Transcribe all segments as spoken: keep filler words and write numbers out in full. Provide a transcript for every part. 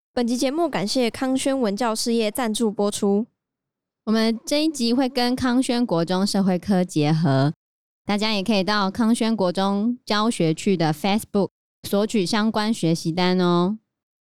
本集节目感谢康轩文教事业赞助播出。 我们这一集会跟康轩国中社会科结合，大家也可以到康轩国中教学区的 Facebook 索取相关学习单哦。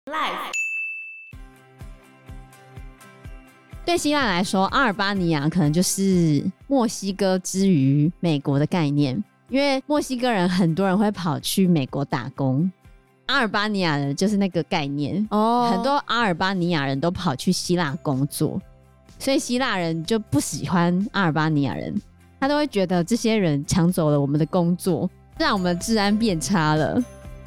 对希腊来说，阿尔巴尼亚可能就是墨西哥之于美国的概念，因为墨西哥人很多人会跑去美国打工，阿尔巴尼亚人就是那个概念、哦、很多阿尔巴尼亚人都跑去希腊工作，所以希腊人就不喜欢阿尔巴尼亚人，他都会觉得这些人抢走了我们的工作，让我们的治安变差了。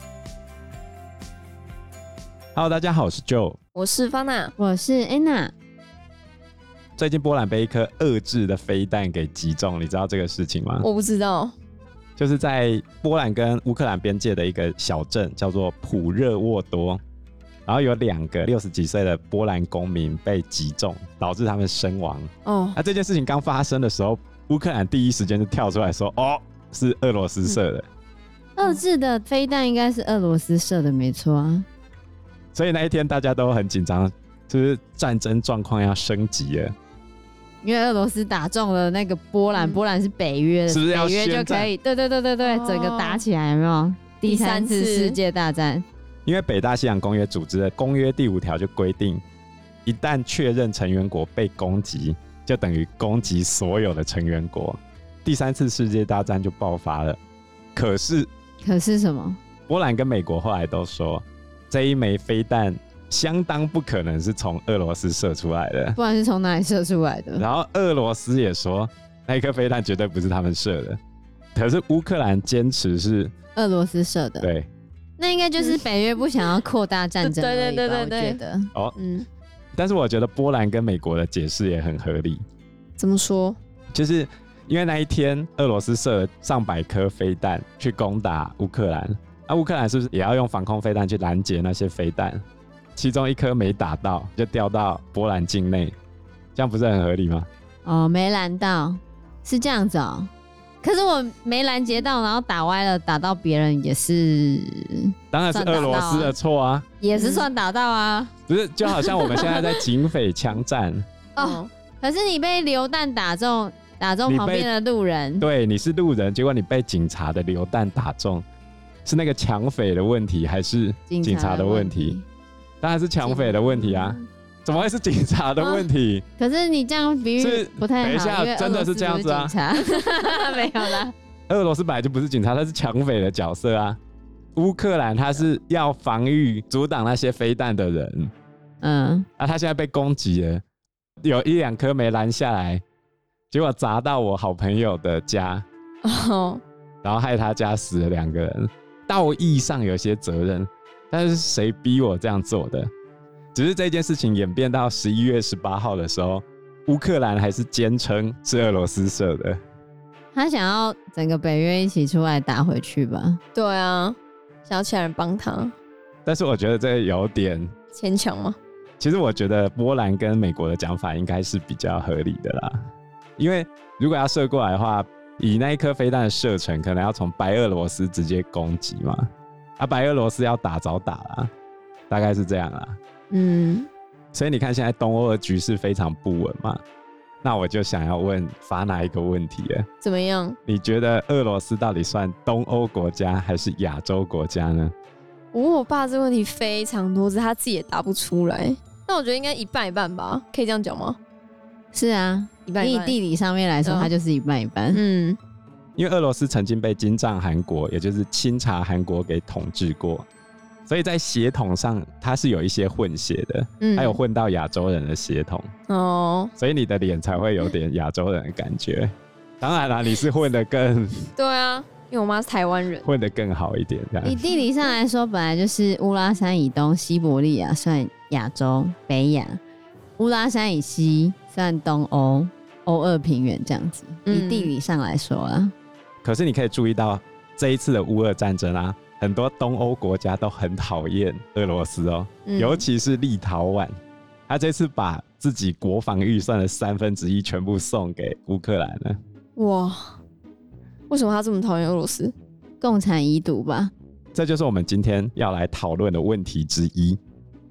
Hello， 大家好，我是 Joe， 我是方娜， 我是 Anna。 最近波兰被一颗俄制的飞弹给击中，你知道这个事情吗？ 我不知道。 就是在波兰跟乌克兰边界的一个小镇叫做普热沃多，然后有两个六十几岁的波兰公民被击中，导致他们身亡。哦，那这件事情刚发生的时候，乌克兰第一时间就跳出来说：“哦，是俄罗斯射的。 嗯”俄制的飞弹应该是俄罗斯射的，没错啊。 所以那一天大家都很紧张，就是战争状况要升级了。 因为俄罗斯打中了那个波兰、嗯、波兰是北约的， 是不是要北约就可以？对对对对对、哦，整个打起来有没有？第三次世界大战。 因为北大西洋公约组织的公约第五条就规定，一旦确认成员国被攻击，就等于攻击所有的成员国，第三次世界大战就爆发了。可是， 可是什么？ 波兰跟美国后来都说，这一枚飞弹相当不可能是从俄罗斯射出来的， 不然是从哪里射出来的？ 然后俄罗斯也说那一颗飞弹绝对不是他们射的，可是乌克兰坚持是俄罗斯射的。 对， 那应该就是北约不想要扩大战争而已吧。对对对对对，我觉得。 哦，嗯，但是我觉得波兰跟美国的解释也很合理。 怎么说？ 就是因为那一天俄罗斯射了上百颗飞弹去攻打乌克兰，啊，乌克兰是不是也要用防空飞弹去拦截那些飞弹？其中一颗没打到，就掉到波兰境内，这样不是很合理吗？ 哦，没拦到，是这样子哦。可是我没拦截到，然后打歪了，打到别人也是， 当然是俄罗斯的错啊， 也是算打到啊。 不是，就好像我们现在在警匪枪战哦，可是你被流弹打中，打中旁边的路人， 对，你是路人，结果你被警察的流弹打中，是那个抢匪的问题还是警察的问题？当然是抢匪的问题啊，怎么会是警察的问题？ 哦、可是你这样比喻不太好。 等一下，真的是这样子啊？ 没有啦， 俄罗斯本来就不是警察，他是抢匪的角色啊。乌克兰他是要防御、阻挡那些飞弹的人，嗯，啊，他现在被攻击了，有一两颗没拦下来，结果砸到我好朋友的家，哦，然后害他家死了两个人，道义上有些责任。但是谁逼我这样做的？只是这件事情演变到十一月十八号的时候，乌克兰还是坚称是俄罗斯射的。 他想要整个北约一起出来打回去吧？ 对啊，想要其他人帮他。 但是我觉得这有点牵强吗？ 其实我觉得波兰跟美国的讲法应该是比较合理的啦，因为如果要射过来的话，以那一颗飞弹的射程，可能要从白俄罗斯直接攻击嘛。啊，白俄罗斯要打早打啦，大概是这样啦。嗯，所以你看现在东欧的局势非常不稳嘛，那我就想要问法哪一个问题了？ 怎么样？ 你觉得俄罗斯到底算东欧国家还是亚洲国家呢？ 我问我爸这个问题非常多次，他自己也答不出来。那我觉得应该一半一半吧，可以这样讲吗？ 是啊， 一半一半。 以地理上面来说，它就是一半一半。嗯。 因为俄罗斯曾经被金帐汗国，也就是清查汗国给统治过，所以在血统上它是有一些混血的，嗯，还有混到亚洲人的血统哦，所以你的脸才会有点亚洲人的感觉。当然啦，你是混得更对啊，因为我妈是台湾人， 混得更好一点。 以地理上来说，本来就是乌拉山以东西伯利亚算亚洲北亚，乌拉山以西算东欧欧俄平原这样子。以地理上来说啊。 可是你可以注意到这一次的乌俄战争啊，很多东欧国家都很讨厌俄罗斯哦，嗯，尤其是立陶宛，他这次把自己国防预算的三分之一全部送给乌克兰了。 哇，为什么他这么讨厌俄罗斯？ 共产遗毒吧。 这就是我们今天要来讨论的问题之一。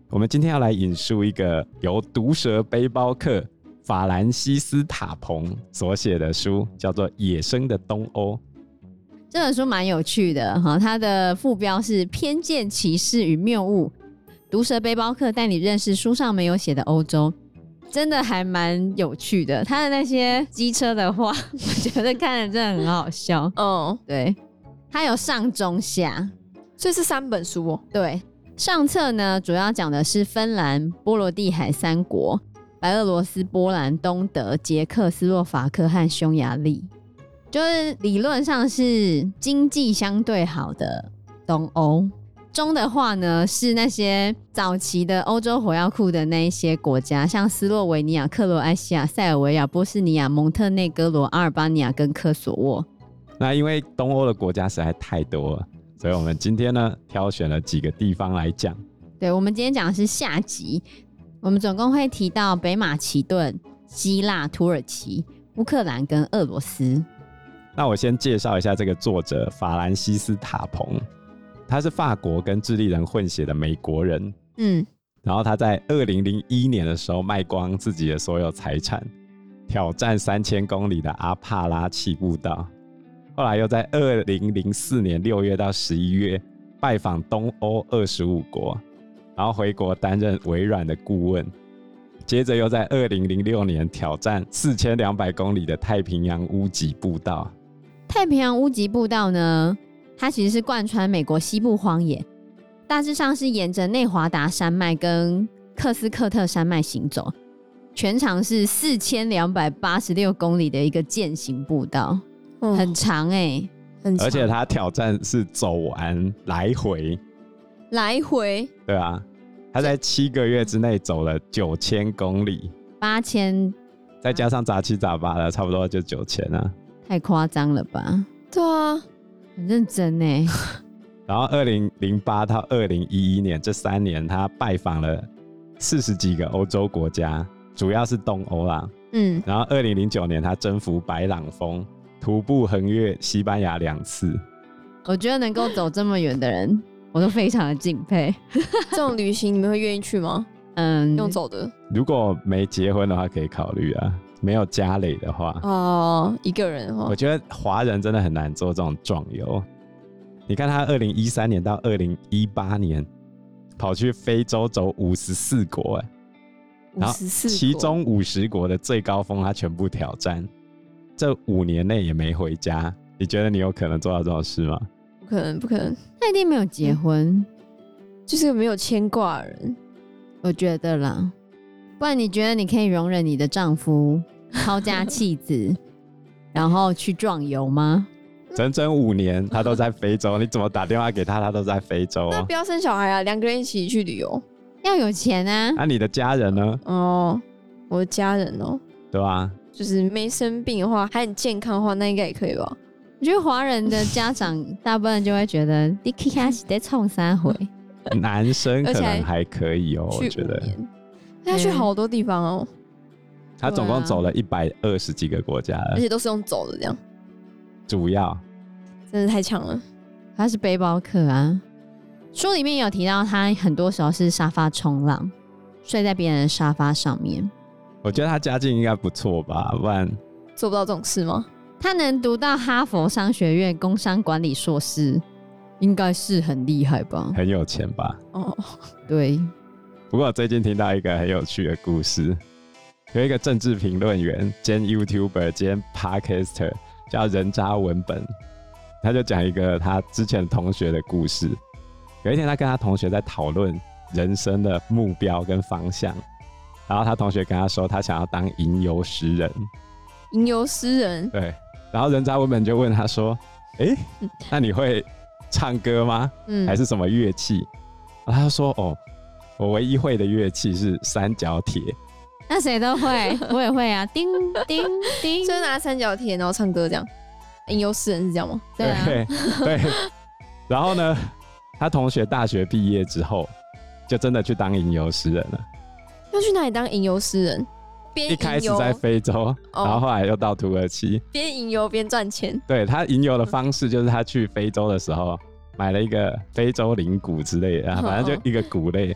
我们今天要来引述一个由毒舌背包客法兰西斯塔彭所写的书，叫做《野生的东欧》。 这本书蛮有趣的，它的副标是偏见、歧视与谬误，毒舌背包客带你认识书上没有写的欧洲，真的还蛮有趣的。他的那些机车的话，我觉得看着真的很好笑。 嗯， 对，他有上中下， 所以是三本书哦。 对，上册呢主要讲的是芬兰、波罗的海三国、白俄罗斯、波兰、东德、捷克斯洛伐克和匈牙利，就是理论上是经济相对好的东欧。中的话呢，是那些早期的欧洲火药库的那一些国家，像斯洛维尼亚、克罗埃西亚、塞尔维亚、波斯尼亚、蒙特内哥罗、阿尔巴尼亚跟科索沃。 那因为东欧的国家实在太多了，所以我们今天呢挑选了几个地方来讲。 对，我们今天讲的是下集，我们总共会提到北马其顿、希腊、土耳其、乌克兰跟俄罗斯。 那我先介绍一下这个作者法兰西斯塔彭，他是法国跟智利人混血的美国人。 嗯， 然后他在二零零一年的时候卖光自己的所有财产，挑战三千公里的阿帕拉契步道。后来又在二零零四年六月到十一月拜访东欧二十五国，然后回国担任微软的顾问。接着又在二零零六年挑战四千两百公里的太平洋屋脊步道。 太平洋屋脊步道呢，它其实是贯穿美国西部荒野，大致上是沿着内华达山脉跟克斯克特山脉行走，全长是四千两百八十六公里的一个健行步道， 嗯、 很长哎、欸， 很长， 而且他挑战是走完来回， 来回， 对啊，他在七个月之内走了九千公里， 八千， 再加上杂七杂八的，差不多就九千啊。 太夸张了吧？ 对啊， 很认真哎。 然后二零零八到二零一一年这三年，他拜访了四十几个欧洲国家，主要是东欧啦。 嗯， 然后二零零九年他征服白朗峰，徒步横越西班牙两次。 我觉得能够走这么远的人，我都非常的敬佩。 这种旅行你们会愿意去吗？ 嗯， 用走的。 如果没结婚的话，可以考虑啊。没有家累的话， 哦，一个人的话， 我觉得华人真的很难做这种壮游。你看他二零一三年到二零一八年跑去非洲走五十四国，哎，然后其中五十国的最高峰他全部挑战，这五年内也没回家。你觉得你有可能做到这种事吗？ 不可能，不可能， 他一定没有结婚，嗯、 就是个没有牵挂的人， 我觉得啦。不然你觉得你可以容忍你的丈夫抛家弃子，然后去壮游吗？ 整整五年他都在非洲，你怎么打电话给他，他都在非洲。 那不要生小孩啊，两个人一起去旅游。 要有钱啊。 那、啊、你的家人呢？ 哦，我的家人哦， 对吧？ 就是没生病的话，还很健康的话，那应该也可以吧？ 我觉得华人的家长大部分就会觉得你开始在冲三回， 男生可能还可以哦，我觉得。 他去好多地方哦， 他总共走了一百二十几个国家了， 而且都是用走的这样。 主要真的太强了， 他是背包客啊。书里面有提到，他很多时候是沙发冲浪，睡在别人的沙发上面。 我觉得他家境应该不错吧，不然做不到这种事吗？ 他能读到哈佛商学院工商管理硕士，应该是很厉害吧？ 很有钱吧？ 哦， 对。 不过我最近听到一个很有趣的故事，有一个政治评论员兼 YouTuber 兼 Podcaster 叫人渣文本，他就讲一个他之前同学的故事。有一天他跟他同学在讨论人生的目标跟方向，然后他同学跟他说他想要当吟游诗人。 吟游诗人？ 对。然后人渣文本就问他说：“哎、欸，那你会唱歌吗？嗯、还是什么乐器？”然后他就说：“哦。”我唯一会的乐器是三角铁。 那谁都会，我也会啊！叮叮叮， 就是拿三角铁然后唱歌这样。吟游诗人是这样吗？ 对啊， 对。对然后呢，他同学大学毕业之后，就真的去当吟游诗人了。 要去哪里当吟游诗人？边一开始在非洲，哦、然后后来又到土耳其， 边吟游边赚钱。 对，他吟游的方式就是他去非洲的时候买了一个非洲灵鼓之类的，反正就一个鼓类。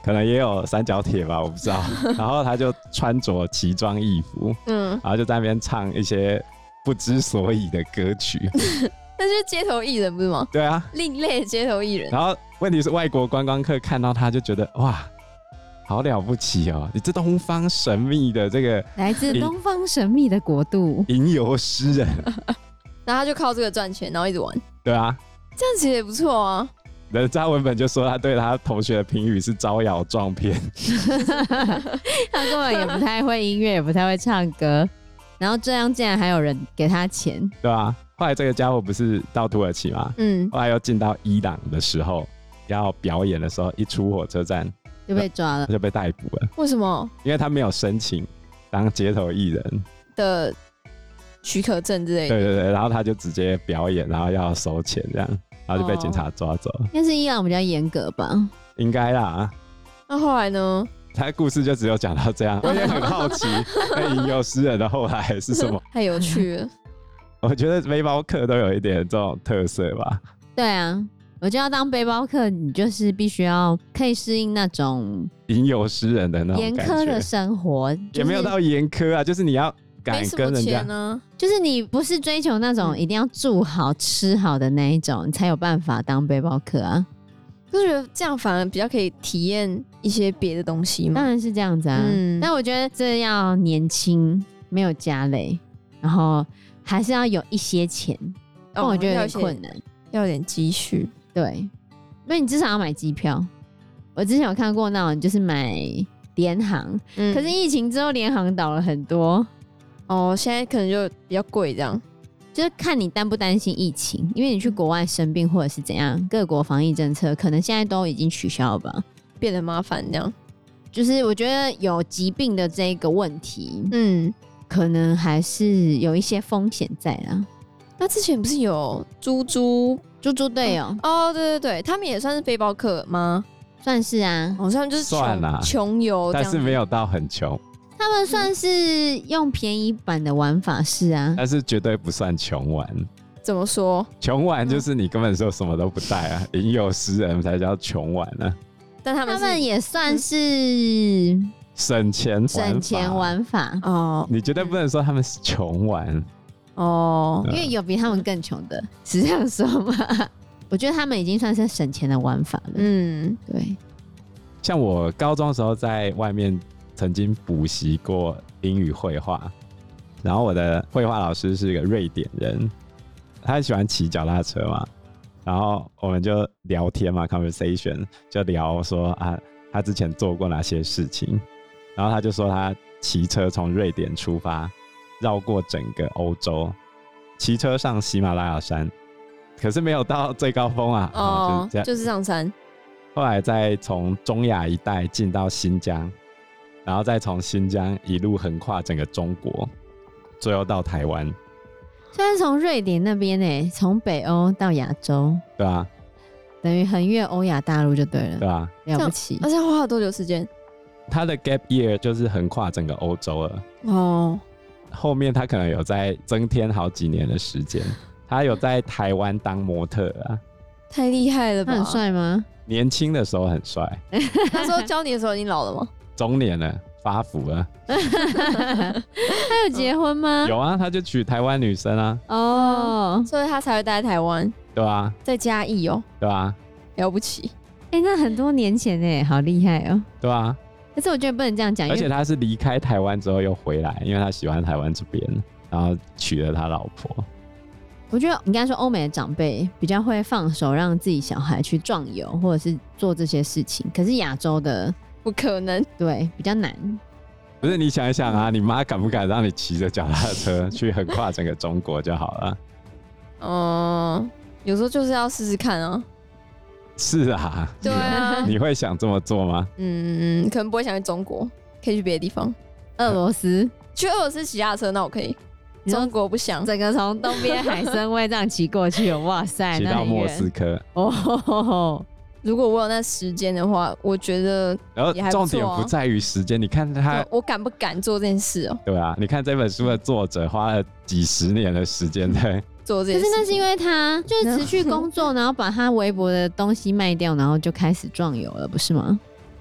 可能也有三角铁吧，我不知道。然后他就穿着奇装异服，嗯，然后就在那边唱一些不知所以的歌曲。 那就是街头艺人不是吗？ 对啊， 另类街头艺人。 然后问题是外国观光客看到他就觉得哇，好了不起哦！你这东方神秘的这个来自东方神秘的国度吟游诗人， 然后他就靠这个赚钱，然后一直玩。 对啊， 这样其实也不错啊。 人家文本就说他对他同学的评语是招摇撞骗， 他根本也不太会音乐，也不太会唱歌，然后这样竟然还有人给他钱， 对啊。后来这个家伙不是到土耳其吗？嗯，后来又进到伊朗的时候，要表演的时候，一出火车站就被抓了， 就被逮捕了。 为什么？ 因为他没有申请当街头艺人的许可证之类的。 对对对，然后他就直接表演，然后要收钱这样。然后就被警察抓走。 应该是伊朗比较严格吧？ 应该啦。 那后来呢？ 他的故事就只有讲到这样，我也很好奇，那吟游诗人的后来是什么？ 太有趣了。 我觉得背包客都有一点这种特色吧。 对啊，我就要当背包客，你就是必须要可以适应那种吟游诗人的那种严苛的生活，就是、 也没有到严苛啊，就是你要。敢跟人家呢， 就是你不是追求那种一定要住好、嗯、吃好的那一种，你才有办法当背包客啊。 就觉得这样反而比较可以体验一些别的东西嘛。 当然是这样子啊，嗯、但我觉得这要年轻，没有家累，然后还是要有一些钱，但、哦、我觉得有点困难， 要有点积蓄。 对，所以你至少要买机票。我之前有看过那种，就是买联航、嗯，可是疫情之后联航倒了很多。 哦，现在可能就比较贵，这样就是看你担不担心疫情，因为你去国外生病或者是怎样，各国防疫政策可能现在都已经取消了吧， 变得麻烦这样。 就是我觉得有疾病的这个问题，嗯，可能还是有一些风险在啦。 那之前不是有猪猪猪猪队友？ 哦，对对对，他们也算是背包客吗？ 算是啊， 好像就是算啦， 穷游， 但是没有到很穷。 他们算是用便宜版的玩法是啊， 但是绝对不算穷玩。 怎么说？ 穷玩就是你根本就什么都不带啊，吟游诗人才叫穷玩啊。 但他们他们也算是省钱省钱玩法哦。你绝对不能说他们是穷玩哦，因为有比他们更穷的，是这样说吗？我觉得他们已经算是省钱的玩法了。嗯，对。 像我高中的时候在外面。曾经补习过英语绘画，然后我的绘画老师是个瑞典人，他很喜欢骑脚踏车嘛，然后我们就聊天嘛 ，conversation 就聊说啊，他之前做过哪些事情，然后他就说他骑车从瑞典出发，绕过整个欧洲，骑车上喜马拉雅山，可是没有到最高峰啊， 哦，就是, 就是上山， 后来再从中亚一带进到新疆。然后再从新疆一路横跨整个中国，最后到台湾。 虽然从瑞典那边诶，从北欧到亚洲， 对啊， 等于横越欧亚大陆就对了， 对啊， 了不起。 而且花了多久时间？ 他的 gap year 就是横跨整个欧洲了。哦，后面他可能有在增添好几年的时间。他有在台湾当模特啊， 太厉害了吧？ 他很帅吗？ 年轻的时候很帅。 他说教你的时候已经老了吗？ 中年了，发福了。 他有结婚吗？ 有啊，他就娶台湾女生啊。 哦，所以他才会待在台湾。 对啊， 在嘉义哦。 对啊， 了不起。 哎、欸，那很多年前哎，好厉害哦。 对啊， 可是我觉得不能这样讲， 而且他是离开台湾之后又回来，因为他喜欢台湾这边，然后娶了他老婆。 我觉得应该说欧美的长辈比较会放手让自己小孩去壮游或者是做这些事情，可是亚洲的。 不可能， 对，比较难。 不是你想一想啊，你妈敢不敢让你骑着脚踏车去横跨整个中国就好了？ 嗯，有时候就是要试试看啊。 是啊， 对啊， 你会想这么做吗？ 嗯，可能不会想去中国，可以去别的地方。 俄罗斯， 去俄罗斯骑脚踏车那我可以，中国不想。 整个从东边海参崴这样骑过去，哇塞， 骑到莫斯科。 哦。 如果我有那时间的话，我觉得也还不错啊。 然后重点不在于时间，你看他， 我敢不敢做这件事哦？ 对啊，你看这本书的作者花了几十年的时间在做这件事， 可是那是因为他就是持续工作，然后把他微薄的东西卖掉，然后就开始壮游了，不是吗？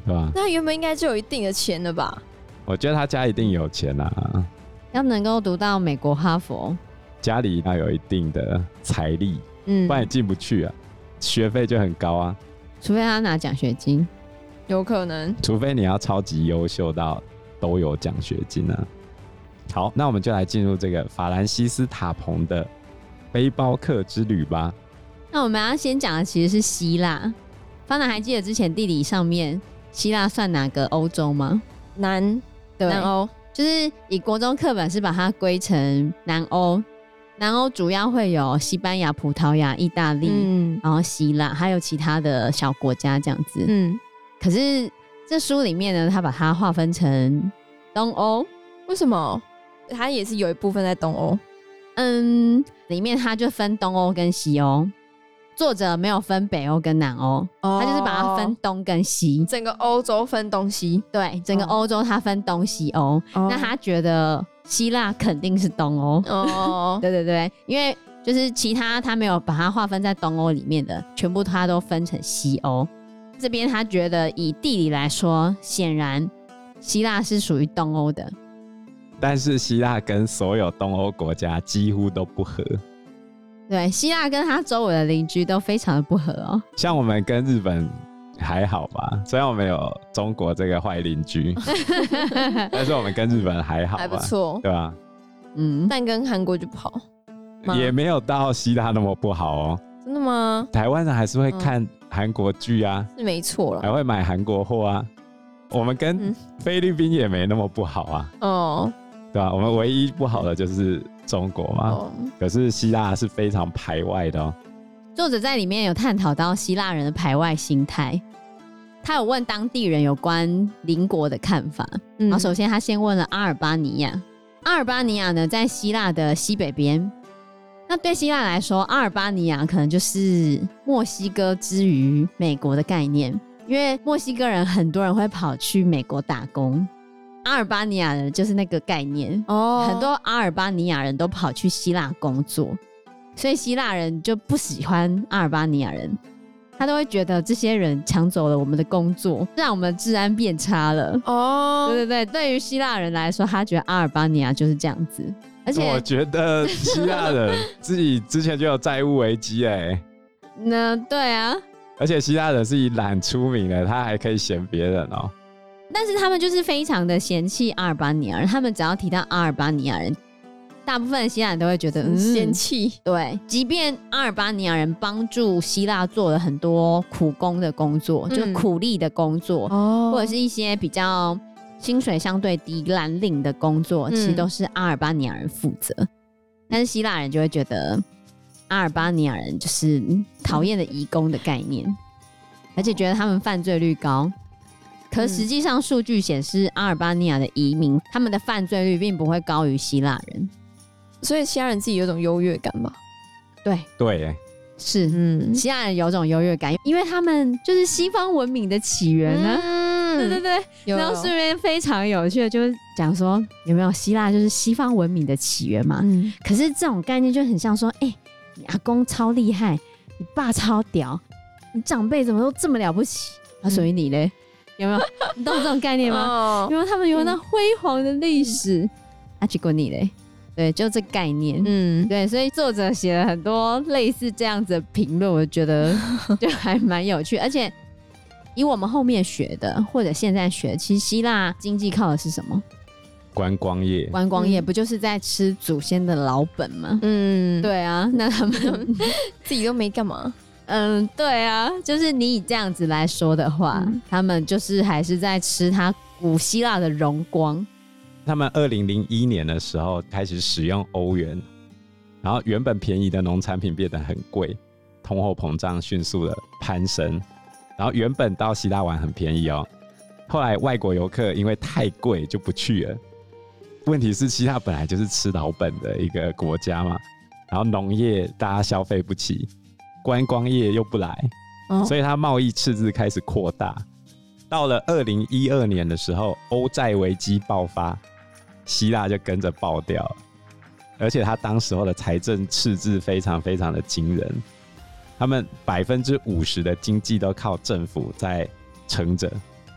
对吧？ 那他原本应该就有一定的钱了吧？ 我觉得他家一定有钱啊， 要能够读到美国哈佛， 家里要有一定的财力， 嗯， 不然你进不去啊，学费就很高啊。 除非他拿奖学金， 有可能， 除非你要超级优秀到都有奖学金啊。好，那我们就来进入这个法兰西斯塔彭的背包客之旅吧。 那我们要先讲的其实是希腊。方南还记得之前地理上面希腊算哪个欧洲吗？ 南对， 南欧， 就是以国中课本是把它归成南欧。南欧主要会有西班牙、葡萄牙、意大利， 嗯然后希腊，还有其他的小国家这样子。 嗯， 可是这书里面呢，它把它划分成东欧。 为什么？它也是有一部分在东欧。 嗯，里面它就分东欧跟西欧。作者没有分北欧跟南欧， 哦他就是把它分东跟西。 整个欧洲分东西， 对，整个欧洲它分东西欧。 哦那他觉得希腊肯定是东欧。 哦， 对对对，因为就是其他他没有把它划分在东欧里面的，全部他都分成西欧。这边他觉得以地理来说，显然希腊是属于东欧的， 但是希腊跟所有东欧国家几乎都不合。 对，希腊跟他周围的邻居都非常的不合哦。 像我们跟日本还好吧，虽然我们有中国这个坏邻居，但是我们跟日本还好吧， 还不错， 对吧？ 嗯， 但跟韩国就不好。吗也没有到希腊那么不好哦。 真的吗？ 台湾人还是会看韩国剧啊， 是没错还了。 会买韩国货啊。我们跟嗯菲律宾也没那么不好啊， 哦对吧？我们唯一不好的就是中国嘛， 哦， 可是希腊是非常排外的哦。 作者在里面有探讨到希腊人的排外心态，他有问当地人有关邻国的看法。 嗯然后首先他先问了阿尔巴尼亚，阿尔巴尼亚呢在希腊的西北边。那对希腊来说，阿尔巴尼亚可能就是墨西哥之于美国的概念，因为墨西哥人很多人会跑去美国打工，阿尔巴尼亚人就是那个概念。 哦， 很多阿尔巴尼亚人都跑去希腊工作，所以希腊人就不喜欢阿尔巴尼亚人，他都会觉得这些人抢走了我们的工作，让我们的治安变差了。 哦， 对对对，对于希腊人来说，他觉得阿尔巴尼亚就是这样子，而且我觉得希腊人自己之前就有债务危机哎， 那对啊， 而且希腊人是以懒出名的，他还可以嫌别人哦。 但是他们就是非常的嫌弃阿尔巴尼亚人，他们只要提到阿尔巴尼亚人，大部分的希腊人都会觉得嗯嫌弃。 对，即便阿尔巴尼亚人帮助希腊做了很多苦工的工作， 嗯就苦力的工作， 哦或者是一些比较薪水相对低、蓝领的工作， 嗯其实都是阿尔巴尼亚人负责。但是希腊人就会觉得阿尔巴尼亚人就是嗯讨厌的移工的概念，而且觉得他们犯罪率高。可实际上，数据显示，阿尔巴尼亚的移民他们的犯罪率并不会高于希腊人。 所以希腊人自己有种优越感吧？ 对， 对哎， 是， 嗯， 希腊人有种优越感，因为他们就是西方文明的起源呢、 嗯对对对， 有然后顺便非常有趣的就是讲说，有没有希腊就是西方文明的起源嘛？ 嗯可是这种概念就很像说，哎、你阿公超厉害，你爸超屌，你长辈怎么都这么了不起？啊，所以你嘞，有没有？你懂这种概念吗？ 哦有没有他们有那辉煌的历史？啊，结果你嘞？对，就这概念。 嗯， 对，所以作者写了很多类似这样子的评论，我觉得就还蛮有趣。而且以我们后面学的或者现在学的，其实希腊经济靠的是什么？ 观光业， 观光业， 嗯不就是在吃祖先的老本吗？ 嗯， 对啊，那他们自己都没干嘛。 嗯，对啊，就是你以这样子来说的话， 嗯他们就是还是在吃他古希腊的荣光。 他们二零零一年的时候开始使用欧元，然后原本便宜的农产品变得很贵，通货膨胀迅速的攀升，然后原本到希腊玩很便宜哦，后来外国游客因为太贵就不去了。问题是希腊本来就是吃老本的一个国家嘛，然后农业大家消费不起，观光业又不来， 哦所以它贸易赤字开始扩大。到了二零一二年的时候，欧债危机爆发，希腊就跟着爆掉了，而且他当时候的财政赤字非常非常的惊人，他们百分之五十的经济都靠政府在撑着，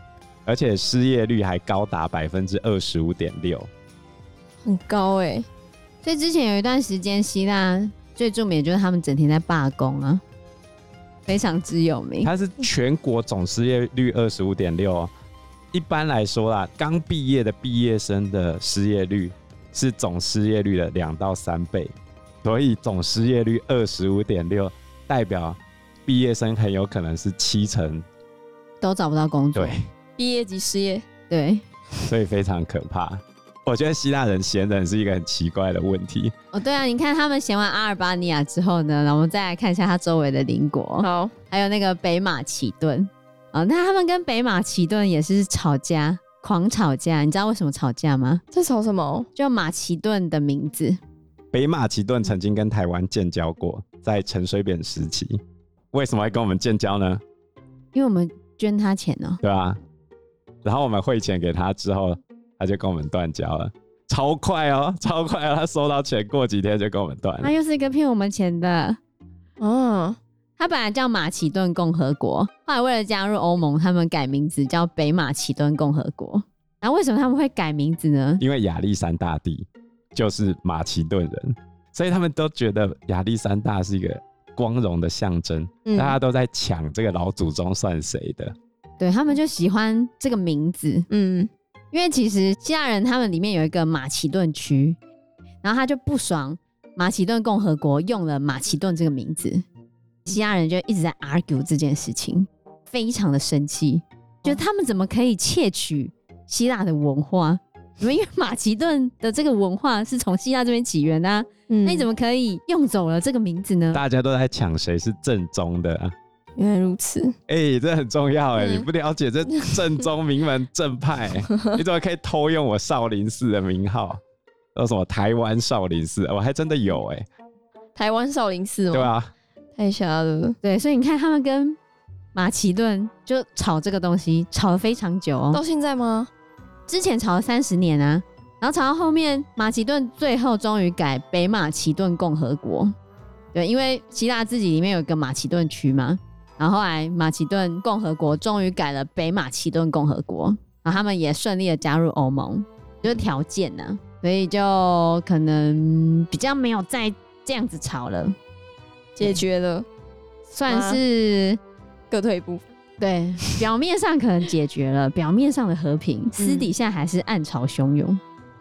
而且失业率还高达百分之二十五点六， 很高哎、欸。 所以之前有一段时间，希腊最著名的就是他们整天在罢工啊，非常之有名。 它是全国总失业率二十五点六。一般来说啦，刚毕业的毕业生的失业率是总失业率的两到三倍，所以总失业率二十五点六，代表毕业生很有可能是七成都找不到工作。 对， 毕业即失业。 对， 所以非常可怕。我觉得希腊人嫌人是一个很奇怪的问题。 哦，对啊，你看他们嫌完阿尔巴尼亚之后呢，然后我们再来看一下它周围的邻国， 好， 还有那个北马其顿。啊、哦，那他们跟北马其顿也是吵架，狂吵架。你知道为什么吵架吗？ 这吵什么？ 就马其顿的名字。 北马其顿曾经跟台湾建交过，在陈水扁时期。为什么会跟我们建交呢？ 因为我们捐他钱哦、喔。 对啊，然后我们汇钱给他之后，他就跟我们断交了，超快哦，超快哦！他收到钱，过几天就跟我们断了。 他又是一个骗我们钱的。 嗯， 他本来叫马其顿共和国，后来为了加入欧盟，他们改名字叫北马其顿共和国。然后为什么他们会改名字呢？ 因为亚历山大帝就是马其顿人，所以他们都觉得亚历山大是一个光荣的象征，嗯、大家都在抢这个老祖宗算谁的。 对，他们就喜欢这个名字。嗯，因为其实希腊人他们里面有一个马其顿区，然后他就不爽马其顿共和国用了马其顿这个名字，希腊人就一直在 argue 这件事情，非常的生气，觉得他们怎么可以窃取希腊的文化？因为马其顿的这个文化是从希腊这边起源的、啊嗯、那你怎么可以用走了这个名字呢？ 大家都在抢谁是正宗的、啊、 原来如此。 哎、欸，这很重要哎、欸嗯，你不了解这正宗名门正派、欸，你怎么可以偷用我少林寺的名号？有什么台湾少林寺？我还真的有哎、欸， 台湾少林寺吗？ 对啊， 太瞎了。 对，所以你看他们跟马其顿就吵这个东西，吵了非常久哦。 到现在吗？ 之前吵了三十年啊，然后吵到后面，马其顿最后终于改北马其顿共和国。对，因为希腊自己里面有一个马其顿区嘛，然后后来马其顿共和国终于改了北马其顿共和国，然后他们也顺利的加入欧盟，就是条件呢、啊，所以就可能比较没有再这样子吵了， 解决了， 算是各退一步。 对，表面上可能解决了，表面上的和平，私底下还是暗潮汹涌。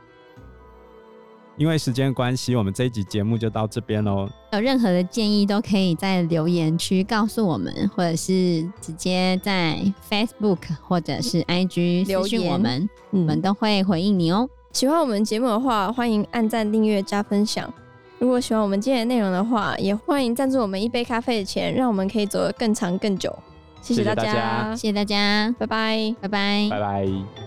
因为时间关系，我们这一集节目就到这边咯。 有任何的建议都可以在留言区告诉我们，或者是直接在 Facebook 或者是 I G 私讯我们，我们都会回应你哦。 喜欢我们节目的话，欢迎按赞、订阅、加分享。如果喜欢我们今天的内容的话，也欢迎赞助我们一杯咖啡的钱，让我们可以走得更长更久。谢谢大家， 谢谢大家， 拜拜， 拜拜， 拜拜。